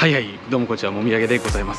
はいはい、どうもこんにちは、もみあげでございます。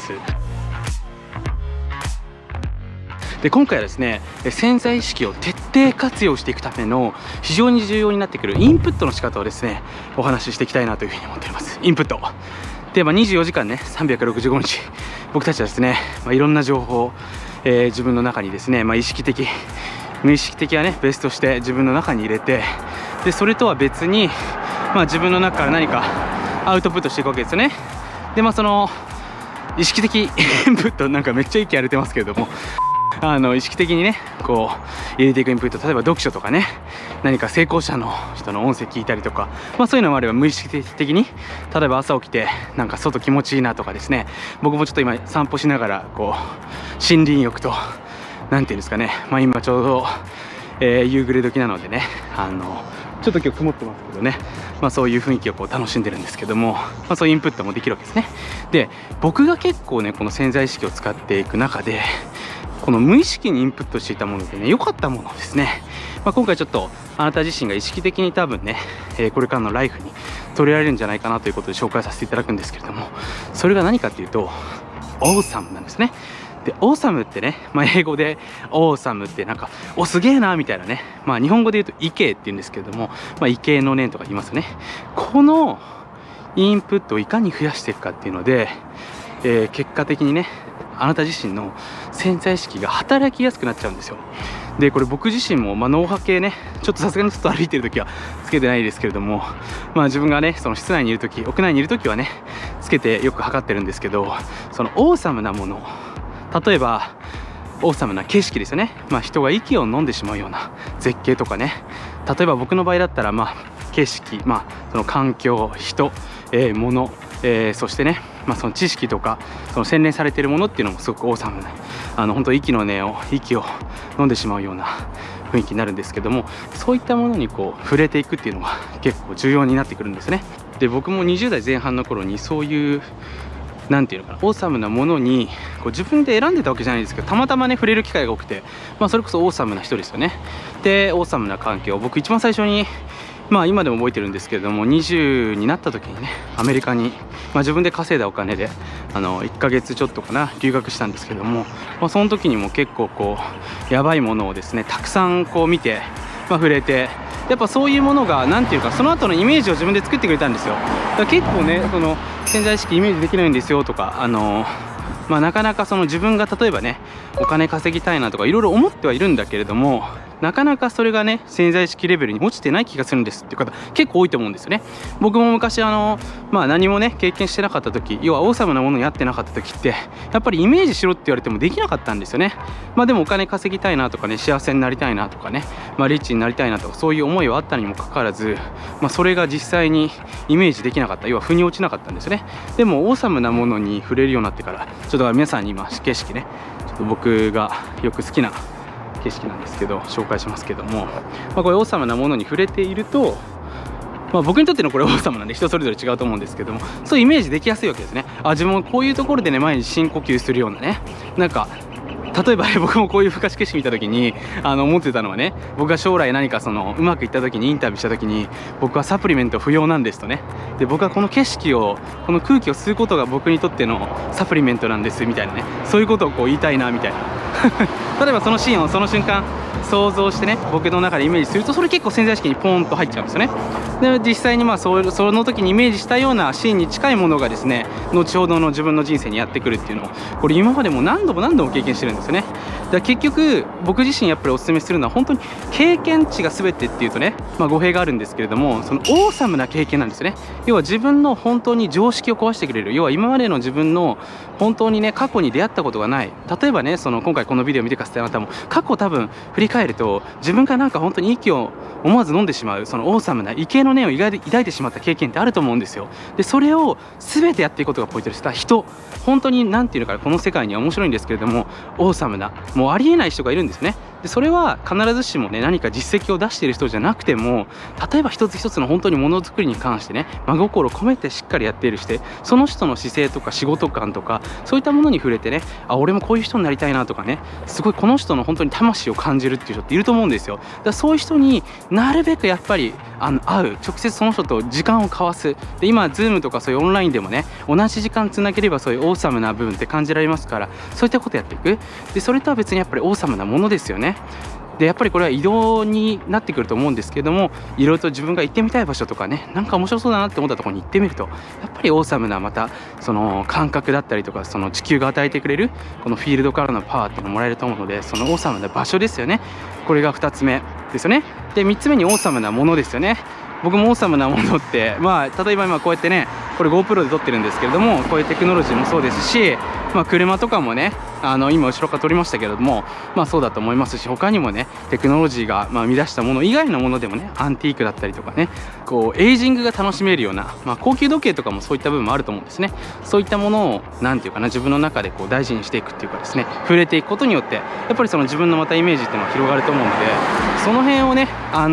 で、今回はですね、潜在意識を徹底活用していくための非常に重要になってくるインプットの仕方をですね、お話ししていきたいなというふうに思っております。インプットで、24時間ね、365日僕たちはですね、いろんな情報を、自分の中にですね、意識的無意識的はねベースとして自分の中に入れて、でそれとは別に、自分の中から何かアウトプットしていくわけですよね。でその意識的インプット、なんかめっちゃ息荒れてますけれども、意識的にねこう入れていくインプット、例えば読書とかね、何か成功者の人の音声聞いたりとか、そういうのもあれば、無意識的に例えば朝起きてなんか外気持ちいいなとかですね、僕もちょっと今散歩しながらこう森林浴となんていうんですかね、今ちょうど、夕暮れ時なのでね、ちょっと今日曇ってますけどね、そういう雰囲気をこう楽しんでるんですけども、そういうインプットもできるわけですね。で、僕が結構ねこの潜在意識を使っていく中で、この無意識にインプットしていたものでね、良かったものをですね、今回ちょっとあなた自身が意識的に多分ね、これからのライフに取り入れられるんじゃないかなということで紹介させていただくんですけれども、それが何かっていうとオーサムなんですね。で、オーサムってね、英語でオーサムってなんかおすげえなみたいなね、日本語で言うと異形って言うんですけれども、異形の念とか言いますよね。このインプットをいかに増やしていくかっていうので、結果的にねあなた自身の潜在意識が働きやすくなっちゃうんですよ。で、これ僕自身も、脳波計ね、ちょっとさすがにちょっと歩いてる時はつけてないですけれども、自分がねその室内にいる時、屋内にいる時はねつけてよく測ってるんですけど、そのオーサムなもの、例えばオーサムな景色ですよね。人が息を飲んでしまうような絶景とかね、例えば僕の場合だったら景色、その環境、人、物、そしてね、その知識とかその洗練されているものっていうのもすごくオーサムな、本当息を飲んでしまうような雰囲気になるんですけども、そういったものにこう触れていくっていうのが結構重要になってくるんですね。で、僕も20代前半の頃にそういうなんていうのかな、オーサムなものにこう自分で選んでたわけじゃないですけど、たまたまね触れる機会が多くて、それこそオーサムな人ですよね。で、オーサムな環境、僕一番最初に今でも覚えてるんですけれども、20になった時にねアメリカに、自分で稼いだお金で1ヶ月ちょっとかな留学したんですけども、その時にも結構こうやばいものをですねたくさんこう見て、触れて、やっぱそういうものがなんていうか、その後のイメージを自分で作ってくれたんですよ。だから結構ねその潜在意識イメージできないんですよとか、なかなかその自分が例えばねお金稼ぎたいなとかいろいろ思ってはいるんだけれども、なかなかそれがね潜在意識レベルに落ちてない気がするんですっていう方結構多いと思うんですよね。僕も昔何もね経験してなかった時、要はオーサムなものに合ってなかった時って、やっぱりイメージしろって言われてもできなかったんですよね。でもお金稼ぎたいなとかね、幸せになりたいなとかね、リッチになりたいなとか、そういう思いはあったにもかかわらず、それが実際にイメージできなかった、要は腑に落ちなかったんですよね。でもオーサムなものに触れるようになってから、ちょっと皆さんに今景色ね、ちょっと僕がよく好きな景色なんですけど紹介しますけども、これオーサムなものに触れていると、僕にとってのこれオーサムなんで人それぞれ違うと思うんですけども、そういうイメージできやすいわけですね。自分もこういうところでね毎日深呼吸するようなね、なんか例えば僕もこういう昔景色見た時に思ってたのはね、僕が将来何かそのうまくいった時にインタビューした時に、僕はサプリメント不要なんですとね、で僕はこの景色をこの空気を吸うことが僕にとってのサプリメントなんですみたいなね、そういうことをこう言いたいなみたいな例えばそのシーンをその瞬間想像してね僕の中でイメージすると、それ結構潜在意識にポーンと入っちゃうんですよね。で、実際にその時にイメージしたようなシーンに近いものがですね後ほどの自分の人生にやってくるっていうのを、これ今までも何度も経験してるんですよね。だから結局僕自身やっぱりお勧めするのは、本当に経験値が全てっていうとね、語弊があるんですけれども、そのオーサムな経験なんですよね。要は自分の本当に常識を壊してくれる、要は今までの自分の本当にね過去に出会ったことがない、例えばね今回このビデオを見てくださったあなたも過去多分振り返ると、自分がなんか本当に息を思わず飲んでしまう、そのオーサムな畏敬の念を抱いてしまった経験ってあると思うんですよ。で、それを全てやっていくことがポイントです。だから人、本当になんていうのかな、この世界には面白いんですけれども、オーサムなもうありえない人がいるんですね。 でそれは必ずしもね何か実績を出している人じゃなくても、例えば一つ一つの本当にものづくりに関してね真心を込めてしっかりやっている人、その人の姿勢とか仕事感とかそういったものに触れてね、あ、俺もこういう人になりたいなとかね、すごいこの人の本当に魂を感じるっていう人っていると思うんですよ。だからそういう人になるべくやっぱり会う、直接その人と時間を交わす。で今 Zoom とかそういうオンラインでもね同じ時間つなげればそういうオーサムな部分って感じられますから、そういったことやっていく。でそれとは別にやっぱりオーサムなものですよね。でやっぱりこれは移動になってくると思うんですけども、いろいろと自分が行ってみたい場所とかね、なんか面白そうだなって思ったところに行ってみると、やっぱりオーサムなまたその感覚だったりとか、その地球が与えてくれるこのフィールドからのパワーっていうのをもらえると思うので、そのオーサムな場所ですよね。これが2つ目ですよね。で3つ目にオーサムなものですよね。僕もオーサムなものって、例えば今こうやってね、これ GoPro で撮ってるんですけれども、こういうテクノロジーもそうですし、車とかもね、今後ろから撮りましたけれども、そうだと思いますし、他にもねテクノロジーが生み出したもの以外のものでもね、アンティークだったりとかね、こうエイジングが楽しめるような、高級時計とかもそういった部分もあると思うんですね。そういったものをなんていうかな、自分の中でこう大事にしていくっていうかですね、触れていくことによってやっぱりその自分のまたイメージっていうのが広がると思うので、その辺をね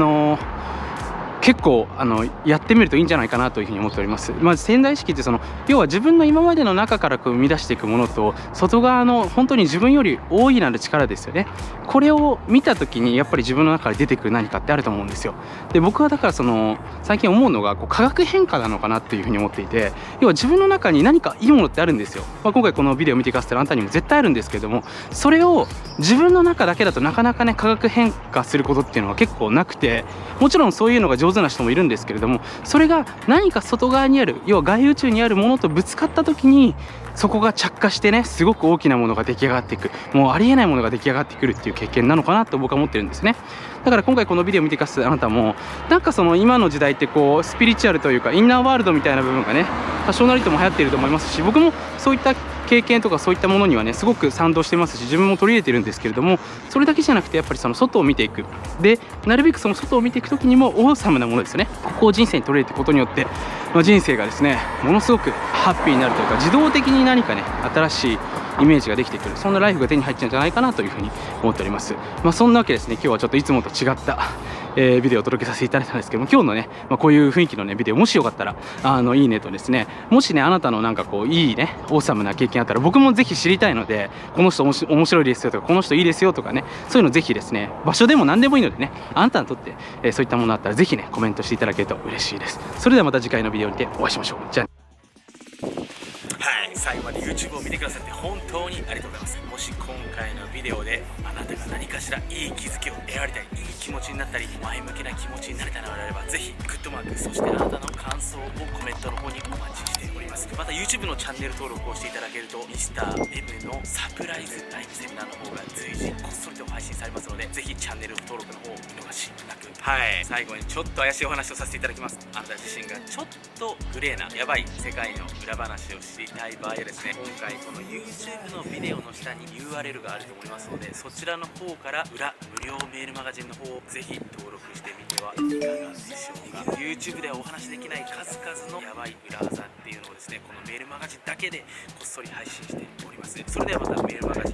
結構やってみるといいんじゃないかなというふうに思っております。潜在意識って要は自分の今までの中からこう生み出していくものと、外側の本当に自分より大いなる力ですよね。これを見た時にやっぱり自分の中から出てくる何かってあると思うんですよ。で僕はだから最近思うのが化学変化なのかなっていうふうに思っていて、要は自分の中に何かいいものってあるんですよ。今回このビデオを見てくださってるあなたにも絶対あるんですけども、それを自分の中だけだとなかなかね化学変化することっていうのは結構なくて、もちろんそういうのが上手な人もいるんですけれども、それが何か外側にある、要は外宇宙にあるものとぶつかった時にそこが着火してね、すごく大きなものが出来上がっていく、もうありえないものが出来上がってくるっていう経験なのかなと僕は思ってるんですね。だから今回このビデオを見てくださるあなたも、なんか今の時代ってこうスピリチュアルというかインナーワールドみたいな部分がね多少なりとも流行っていると思いますし、僕もそういった経験とかそういったものにはねすごく賛同してますし、自分も取り入れてるんですけれども、それだけじゃなくてやっぱり外を見ていく。でなるべくその外を見ていく時にもオーサムなものですよね、ここを人生に取り入れていくことによって、人生がですねものすごくハッピーになるというか、自動的に何かね新しいイメージができてくる、そんなライフが手に入っちゃうんじゃないかなというふうに思っております。そんなわけですね、今日はちょっといつもと違ったビデオをお届けさせていただいたんですけども、今日のね、こういう雰囲気のねビデオもしよかったらいいねとですね、もしねあなたのなんかこういいねオーサムな経験あったら僕もぜひ知りたいので、この人面白いですよとか、この人いいですよとかね、そういうのぜひですね、場所でも何でもいいのでね、あなたにとって、そういったものあったらぜひねコメントしていただけると嬉しいです。それではまた次回のビデオにてお会いしましょう。じゃあ最後まで YouTube を見てくださって本当にありがとうございます。もし今回のビデオであなたが何かしらいい気づきを得られたり、いい気持ちになったり、前向きな気持ちになれたのであれば、ぜひグッドマーク、そしてあなたの感想をコメントの方にお待ちしております。また YouTube のチャンネル登録をしていただけると Mr.M のサプライズライブセミナーの方が随時こっそりと配信されますので、ぜひチャンネル登録の方を見逃しなく。最後にちょっと怪しいお話をさせていただきます。あなた自身がちょっとグレーなヤバい世界の裏話を知りたい場合はですね、今回この YouTube のビデオの下に URL があると思いますので、そちらの方から裏無料メールマガジンの方をぜひ登録してみてはいかがでしょうか。 YouTube ではお話しできない数々のヤバい裏技っていうのをですね、このメールマガジンだけでこっそり配信しております。それではまたメールマガジン